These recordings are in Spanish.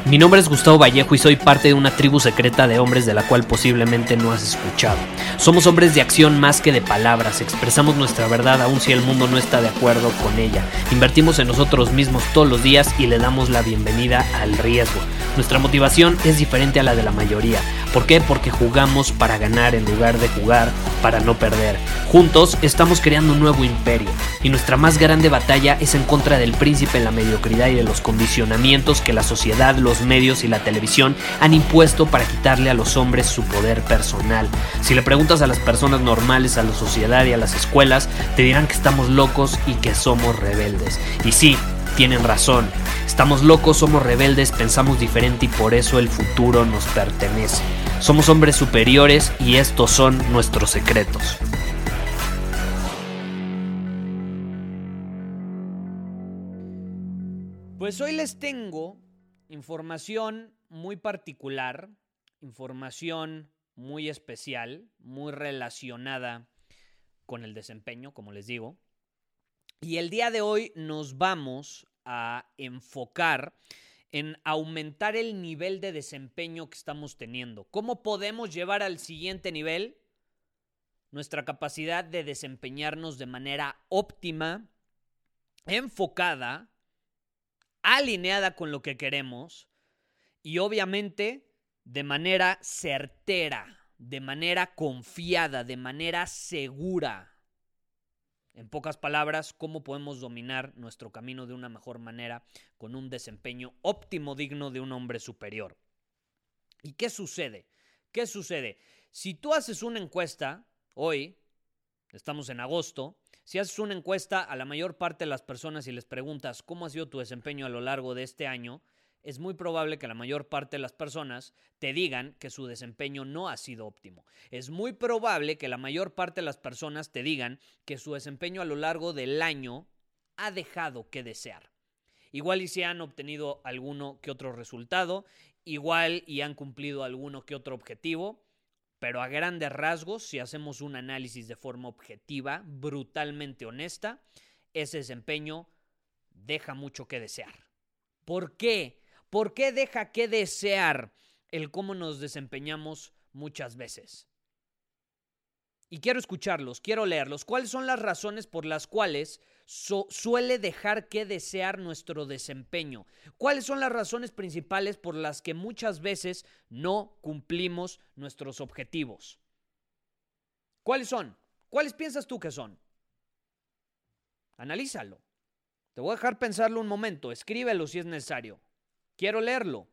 Mi nombre es Gustavo Vallejo y soy parte de una tribu secreta de hombres de la cual posiblemente no has escuchado. Somos hombres de acción más que de palabras, expresamos nuestra verdad aun si el mundo no está de acuerdo con ella. Invertimos en nosotros mismos todos los días y le damos la bienvenida al riesgo. Nuestra motivación es diferente a la de la mayoría. ¿Por qué? Porque jugamos para ganar en lugar de jugar para no perder. Juntos estamos creando un nuevo imperio y nuestra más grande batalla es en contra del príncipe, la mediocridad y de los condicionamientos que la sociedad, los medios y la televisión han impuesto para quitarle a los hombres su poder personal. Si le preguntas a las personas normales, a la sociedad y a las escuelas, te dirán que estamos locos y que somos rebeldes. Y sí, tienen razón. Estamos locos, somos rebeldes, pensamos diferente y por eso el futuro nos pertenece. Somos hombres superiores y estos son nuestros secretos. Pues hoy les tengo información muy particular, información muy especial, muy relacionada con el desempeño, como les digo. Y el día de hoy nos vamos a enfocar en aumentar el nivel de desempeño que estamos teniendo. ¿Cómo podemos llevar al siguiente nivel nuestra capacidad de desempeñarnos de manera óptima, enfocada, alineada con lo que queremos y obviamente de manera certera, de manera confiada, de manera segura? En pocas palabras, ¿cómo podemos dominar nuestro camino de una mejor manera con un desempeño óptimo digno de un hombre superior? ¿Y qué sucede? ¿Qué sucede? Si tú haces una encuesta, hoy, estamos en agosto, si haces una encuesta a la mayor parte de las personas y les preguntas cómo ha sido tu desempeño a lo largo de este año, es muy probable que la mayor parte de las personas te digan que su desempeño no ha sido óptimo. Es muy probable que la mayor parte de las personas te digan que su desempeño a lo largo del año ha dejado que desear. Igual y si han obtenido alguno que otro resultado, igual y han cumplido alguno que otro objetivo, pero a grandes rasgos, si hacemos un análisis de forma objetiva, brutalmente honesta, ese desempeño deja mucho que desear. ¿Por qué? ¿Por qué deja que desear el cómo nos desempeñamos muchas veces? Y quiero escucharlos, quiero leerlos. ¿Cuáles son las razones por las cuales suele dejar que desear nuestro desempeño? ¿Cuáles son las razones principales por las que muchas veces no cumplimos nuestros objetivos? ¿Cuáles son? ¿Cuáles piensas tú que son? Analízalo. Te voy a dejar pensarlo un momento. Escríbelo si es necesario. Quiero leerlo.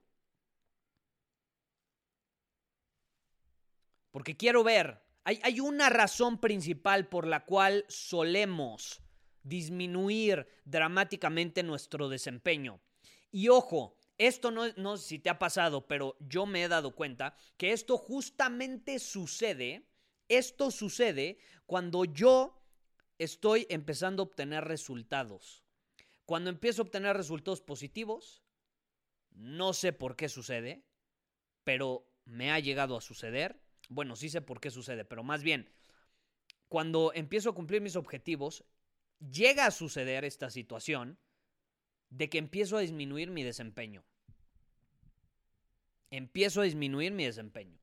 Porque quiero ver. Hay una razón principal por la cual solemos disminuir dramáticamente nuestro desempeño. Y ojo, esto no sé si te ha pasado, pero yo me he dado cuenta que esto justamente sucede. Esto sucede cuando yo estoy empezando a obtener resultados. Cuando empiezo a obtener resultados positivos, no sé por qué sucede, pero me ha llegado a suceder. Bueno, sí sé por qué sucede, pero más bien, cuando empiezo a cumplir mis objetivos, llega a suceder esta situación de que empiezo a disminuir mi desempeño. Empiezo a disminuir mi desempeño.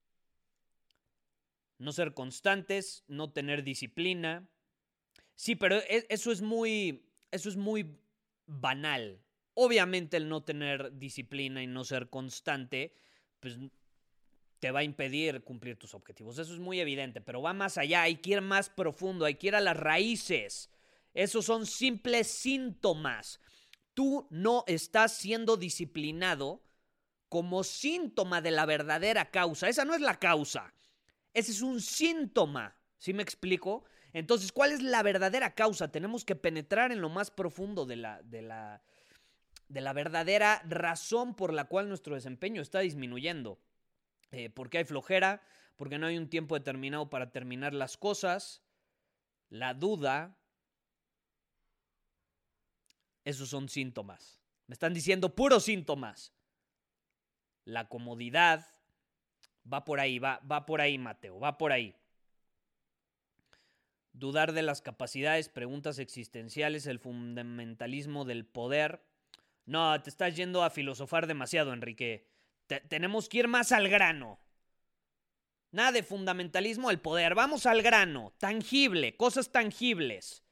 No ser constantes, no tener disciplina. Sí, pero eso es muy banal. Obviamente el no tener disciplina y no ser constante, pues te va a impedir cumplir tus objetivos. Eso es muy evidente, pero va más allá. Hay que ir más profundo, hay que ir a las raíces. Esos son simples síntomas. Tú no estás siendo disciplinado como síntoma de la verdadera causa. Esa no es la causa. Ese es un síntoma. ¿Sí me explico? Entonces, ¿cuál es la verdadera causa? Tenemos que penetrar en lo más profundo de la verdadera razón por la cual nuestro desempeño está disminuyendo. Porque hay flojera, porque no hay un tiempo determinado para terminar las cosas, la duda. Esos son síntomas. Me están diciendo puros síntomas. La comodidad. Va por ahí, va por ahí, Mateo, va por ahí. Dudar de las capacidades, preguntas existenciales, el fundamentalismo del poder. No, te estás yendo a filosofar demasiado, Enrique. Tenemos que ir más al grano. Nada de fundamentalismo al poder. Vamos al grano. Tangible, cosas tangibles.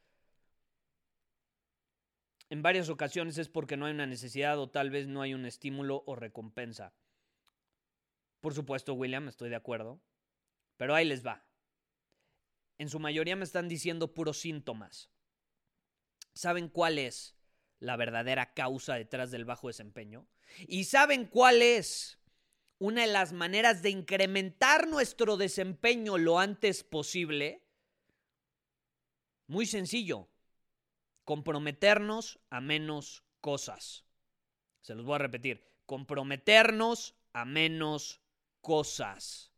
En varias ocasiones es porque no hay una necesidad o tal vez no hay un estímulo o recompensa. Por supuesto, William, estoy de acuerdo. Pero ahí les va. En su mayoría me están diciendo puros síntomas. ¿Saben cuál es la verdadera causa detrás del bajo desempeño? ¿Y saben cuál es una de las maneras de incrementar nuestro desempeño lo antes posible? Muy sencillo. Comprometernos a menos cosas. Se los voy a repetir. Comprometernos a menos cosas.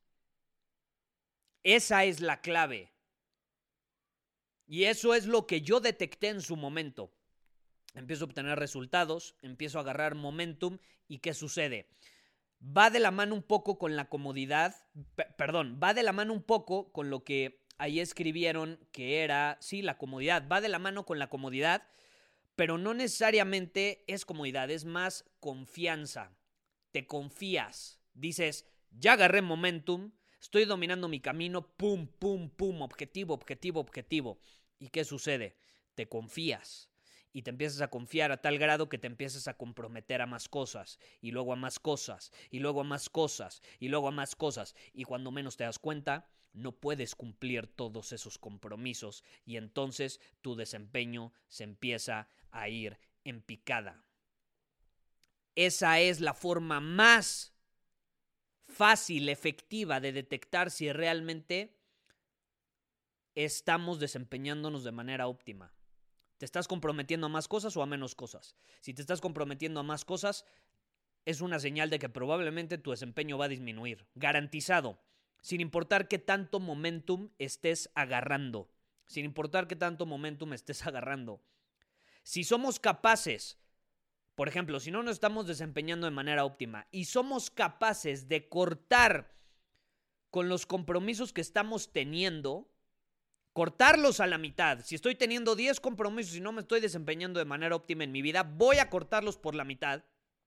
Esa es la clave. Y eso es lo que yo detecté en su momento. Empiezo a obtener resultados, empiezo a agarrar momentum y ¿qué sucede? Va de la mano un poco con la comodidad, va de la mano un poco con lo que ahí escribieron que era, sí, la comodidad, va de la mano con la comodidad, pero no necesariamente es comodidad, es más confianza. Te confías, dices, ya agarré momentum, estoy dominando mi camino, pum, pum, pum, objetivo, objetivo, objetivo. ¿Y qué sucede? Te confías. Y te empiezas a confiar a tal grado que te empiezas a comprometer a más cosas, y luego a más cosas, y luego a más cosas, y luego a más cosas. Y cuando menos te das cuenta, no puedes cumplir todos esos compromisos y entonces tu desempeño se empieza a ir en picada. Esa es la forma más fácil, efectiva de detectar si realmente estamos desempeñándonos de manera óptima. ¿Te estás comprometiendo a más cosas o a menos cosas? Si te estás comprometiendo a más cosas, es una señal de que probablemente tu desempeño va a disminuir. Garantizado. Sin importar qué tanto momentum estés agarrando. Sin importar qué tanto momentum estés agarrando. Si somos capaces, por ejemplo, si no nos estamos desempeñando de manera óptima y somos capaces de cortar con los compromisos que estamos teniendo, cortarlos a la mitad. Si estoy teniendo 10 compromisos y no me estoy desempeñando de manera óptima en mi vida, voy a cortarlos por la mitad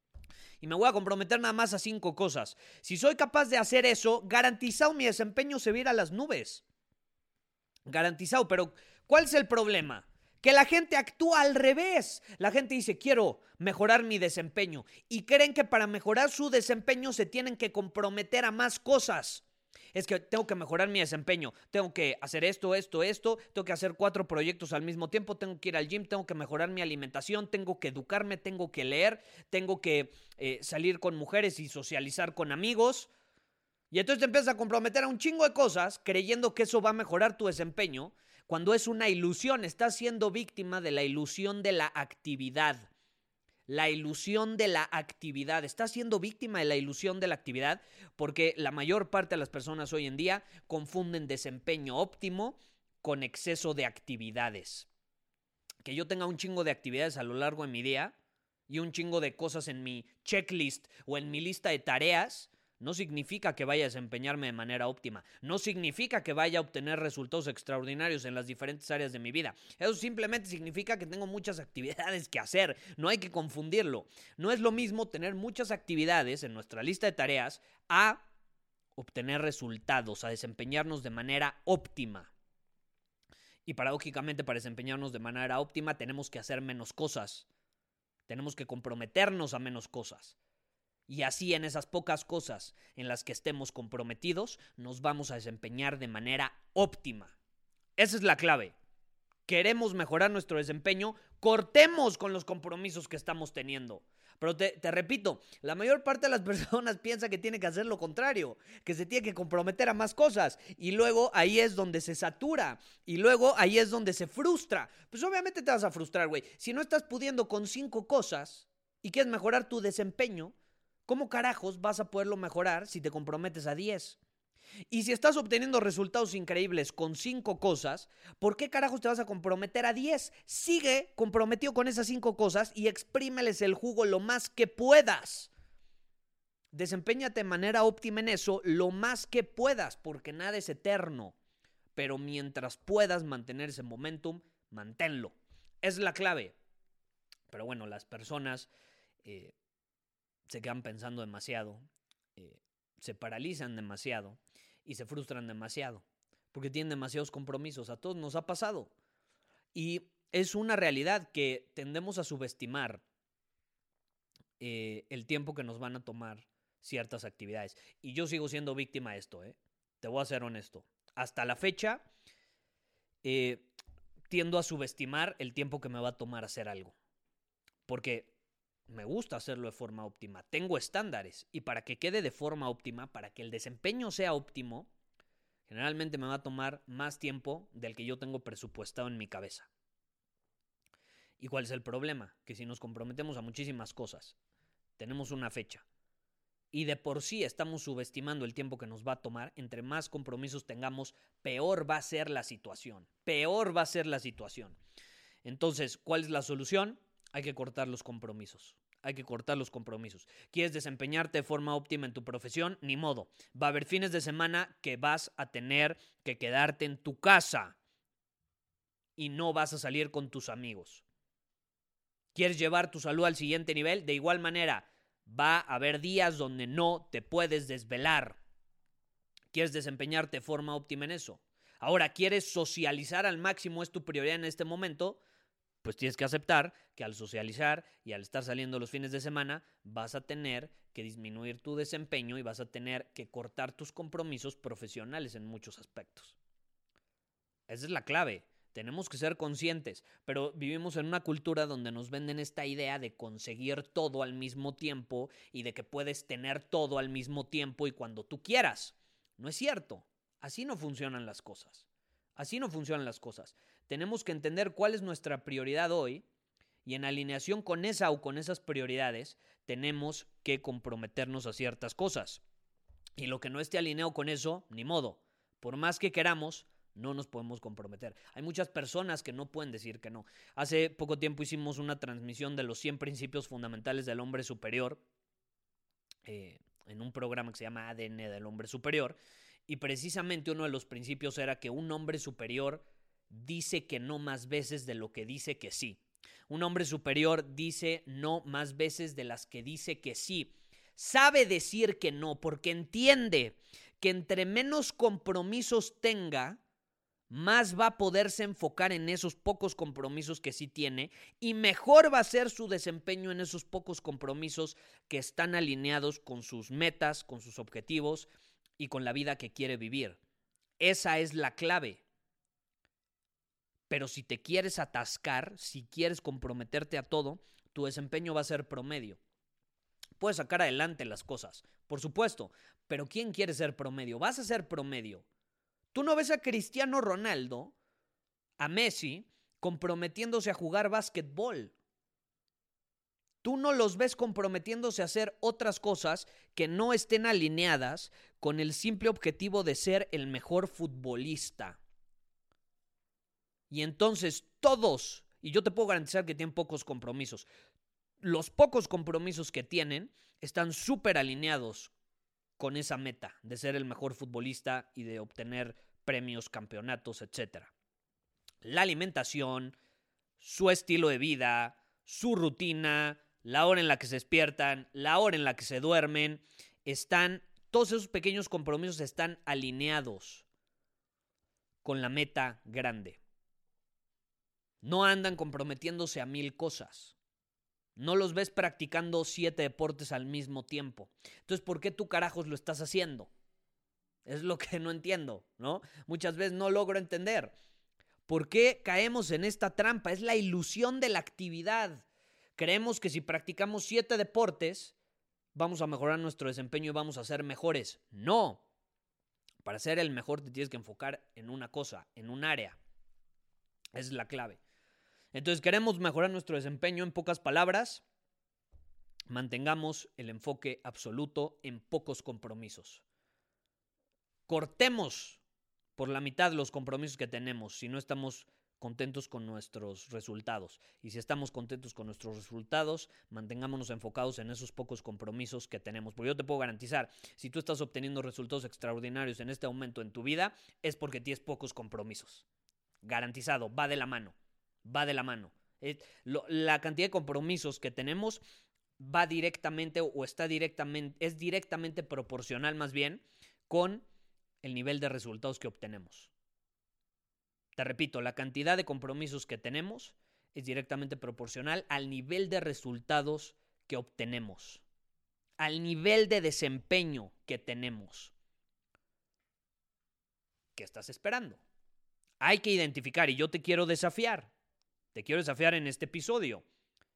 y me voy a comprometer nada más a 5 cosas. Si soy capaz de hacer eso, garantizado mi desempeño se va a ir a las nubes. Garantizado, pero ¿cuál es el problema? Que la gente actúa al revés. La gente dice, quiero mejorar mi desempeño. Y creen que para mejorar su desempeño se tienen que comprometer a más cosas. Es que tengo que mejorar mi desempeño, tengo que hacer esto, tengo que hacer 4 proyectos al mismo tiempo, tengo que ir al gym, tengo que mejorar mi alimentación, tengo que educarme, tengo que leer, tengo que salir con mujeres y socializar con amigos. Y entonces te empiezas a comprometer a un chingo de cosas creyendo que eso va a mejorar tu desempeño, cuando es una ilusión. Estás siendo víctima de la ilusión de la actividad. La ilusión de la actividad. Estás siendo víctima de la ilusión de la actividad porque la mayor parte de las personas hoy en día confunden desempeño óptimo con exceso de actividades. Que yo tenga un chingo de actividades a lo largo de mi día y un chingo de cosas en mi checklist o en mi lista de tareas no significa que vaya a desempeñarme de manera óptima. No significa que vaya a obtener resultados extraordinarios en las diferentes áreas de mi vida. Eso simplemente significa que tengo muchas actividades que hacer. No hay que confundirlo. No es lo mismo tener muchas actividades en nuestra lista de tareas a obtener resultados, a desempeñarnos de manera óptima. Y paradójicamente, para desempeñarnos de manera óptima tenemos que hacer menos cosas. Tenemos que comprometernos a menos cosas. Y así, en esas pocas cosas en las que estemos comprometidos, nos vamos a desempeñar de manera óptima. Esa es la clave. Queremos mejorar nuestro desempeño, cortemos con los compromisos que estamos teniendo. Pero te repito, la mayor parte de las personas piensa que tiene que hacer lo contrario, que se tiene que comprometer a más cosas. Y luego ahí es donde se satura. Y luego ahí es donde se frustra. Pues obviamente te vas a frustrar, güey. Si no estás pudiendo con 5 cosas y quieres mejorar tu desempeño, ¿cómo carajos vas a poderlo mejorar si te comprometes a 10? Y si estás obteniendo resultados increíbles con 5 cosas, ¿por qué carajos te vas a comprometer a 10? Sigue comprometido con esas 5 cosas y exprímeles el jugo lo más que puedas. Desempéñate de manera óptima en eso lo más que puedas, porque nada es eterno. Pero mientras puedas mantener ese momentum, manténlo. Es la clave. Pero bueno, las personas eh, se quedan pensando demasiado, se paralizan demasiado y se frustran demasiado porque tienen demasiados compromisos. A todos nos ha pasado. Y es una realidad que tendemos a subestimar el tiempo que nos van a tomar ciertas actividades. Y yo sigo siendo víctima de esto, Te voy a ser honesto. Hasta la fecha, tiendo a subestimar el tiempo que me va a tomar hacer algo. Porque me gusta hacerlo de forma óptima. Tengo estándares. Y para que quede de forma óptima, para que el desempeño sea óptimo, generalmente me va a tomar más tiempo del que yo tengo presupuestado en mi cabeza. ¿Y cuál es el problema? Que si nos comprometemos a muchísimas cosas, tenemos una fecha y de por sí estamos subestimando el tiempo que nos va a tomar, entre más compromisos tengamos, peor va a ser la situación. Peor va a ser la situación. Entonces, ¿cuál es la solución? Hay que cortar los compromisos. Hay que cortar los compromisos. ¿Quieres desempeñarte de forma óptima en tu profesión? Ni modo. Va a haber fines de semana que vas a tener que quedarte en tu casa y no vas a salir con tus amigos. ¿Quieres llevar tu salud al siguiente nivel? De igual manera, va a haber días donde no te puedes desvelar. ¿Quieres desempeñarte de forma óptima en eso? Ahora, ¿quieres socializar al máximo? ¿Es tu prioridad en este momento? Pues tienes que aceptar que al socializar y al estar saliendo los fines de semana vas a tener que disminuir tu desempeño y vas a tener que cortar tus compromisos profesionales en muchos aspectos. Esa es la clave. Tenemos que ser conscientes, pero vivimos en una cultura donde nos venden esta idea de conseguir todo al mismo tiempo y de que puedes tener todo al mismo tiempo y cuando tú quieras. No es cierto. Así no funcionan las cosas. Así no funcionan las cosas. Tenemos que entender cuál es nuestra prioridad hoy y en alineación con esa o con esas prioridades tenemos que comprometernos a ciertas cosas. Y lo que no esté alineado con eso, ni modo. Por más que queramos, no nos podemos comprometer. Hay muchas personas que no pueden decir que no. Hace poco tiempo hicimos una transmisión de los 100 principios fundamentales del hombre superior en un programa que se llama ADN del hombre superior. Y precisamente uno de los principios era que un hombre superior dice que no más veces de lo que dice que sí. Un hombre superior dice no más veces de las que dice que sí. Sabe decir que no porque entiende que entre menos compromisos tenga, más va a poderse enfocar en esos pocos compromisos que sí tiene y mejor va a ser su desempeño en esos pocos compromisos que están alineados con sus metas, con sus objetivos y con la vida que quiere vivir. Esa es la clave. Pero si te quieres atascar, si quieres comprometerte a todo, tu desempeño va a ser promedio. Puedes sacar adelante las cosas, por supuesto, pero ¿quién quiere ser promedio? Vas a ser promedio. Tú no ves a Cristiano Ronaldo, a Messi, comprometiéndose a jugar básquetbol. Tú no los ves comprometiéndose a hacer otras cosas que no estén alineadas con el simple objetivo de ser el mejor futbolista. Y entonces todos, y yo te puedo garantizar que tienen pocos compromisos, los pocos compromisos que tienen están súper alineados con esa meta de ser el mejor futbolista y de obtener premios, campeonatos, etc. La alimentación, su estilo de vida, su rutina, la hora en la que se despiertan, la hora en la que se duermen, todos esos pequeños compromisos están alineados con la meta grande. No andan comprometiéndose a 1000 cosas. No los ves practicando 7 deportes al mismo tiempo. Entonces, ¿por qué tú carajos lo estás haciendo? Es lo que no entiendo, ¿no? Muchas veces no logro entender. ¿Por qué caemos en esta trampa? Es la ilusión de la actividad. Creemos que si practicamos 7 deportes, vamos a mejorar nuestro desempeño y vamos a ser mejores. No. Para ser el mejor te tienes que enfocar en una cosa, en un área. Esa es la clave. Entonces, queremos mejorar nuestro desempeño, en pocas palabras, mantengamos el enfoque absoluto en pocos compromisos. Cortemos por la mitad los compromisos que tenemos si no estamos contentos con nuestros resultados. Y si estamos contentos con nuestros resultados, mantengámonos enfocados en esos pocos compromisos que tenemos. Porque yo te puedo garantizar, si tú estás obteniendo resultados extraordinarios en este momento en tu vida, es porque tienes pocos compromisos. Garantizado, va de la mano. Va de la mano. La cantidad de compromisos que tenemos va directamente o es directamente proporcional más bien con el nivel de resultados que obtenemos. Te repito, la cantidad de compromisos que tenemos es directamente proporcional al nivel de resultados que obtenemos, al nivel de desempeño que tenemos. ¿Qué estás esperando? Hay que identificar, y yo te quiero desafiar en este episodio.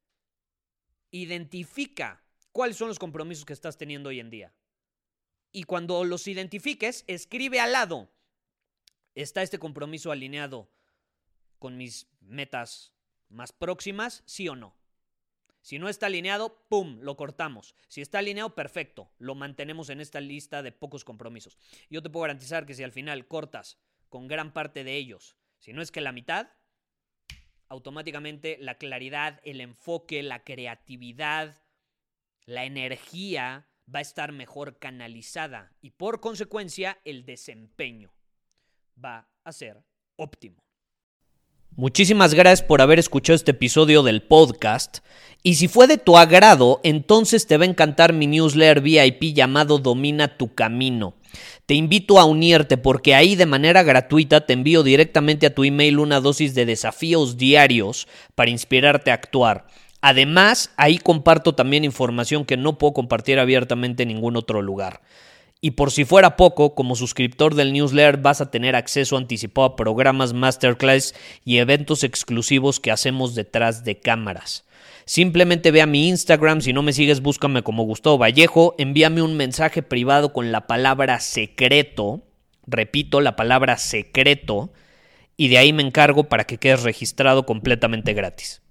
Identifica cuáles son los compromisos que estás teniendo hoy en día. Y cuando los identifiques, escribe al lado: ¿está este compromiso alineado con mis metas más próximas? ¿Sí o no? Si no está alineado, ¡pum!, lo cortamos. Si está alineado, perfecto, lo mantenemos en esta lista de pocos compromisos. Yo te puedo garantizar que si al final cortas con gran parte de ellos, si no es que la mitad, automáticamente la claridad, el enfoque, la creatividad, la energía va a estar mejor canalizada y por consecuencia el desempeño va a ser óptimo. Muchísimas gracias por haber escuchado este episodio del podcast. Y si fue de tu agrado, entonces te va a encantar mi newsletter VIP llamado Domina tu Camino. Te invito a unirte porque ahí de manera gratuita te envío directamente a tu email una dosis de desafíos diarios para inspirarte a actuar. Además, ahí comparto también información que no puedo compartir abiertamente en ningún otro lugar. Y por si fuera poco, como suscriptor del newsletter vas a tener acceso anticipado a programas, masterclass y eventos exclusivos que hacemos detrás de cámaras. Simplemente ve a mi Instagram, si no me sigues búscame como Gustavo Vallejo, envíame un mensaje privado con la palabra secreto, repito, la palabra secreto, y de ahí me encargo para que quedes registrado completamente gratis.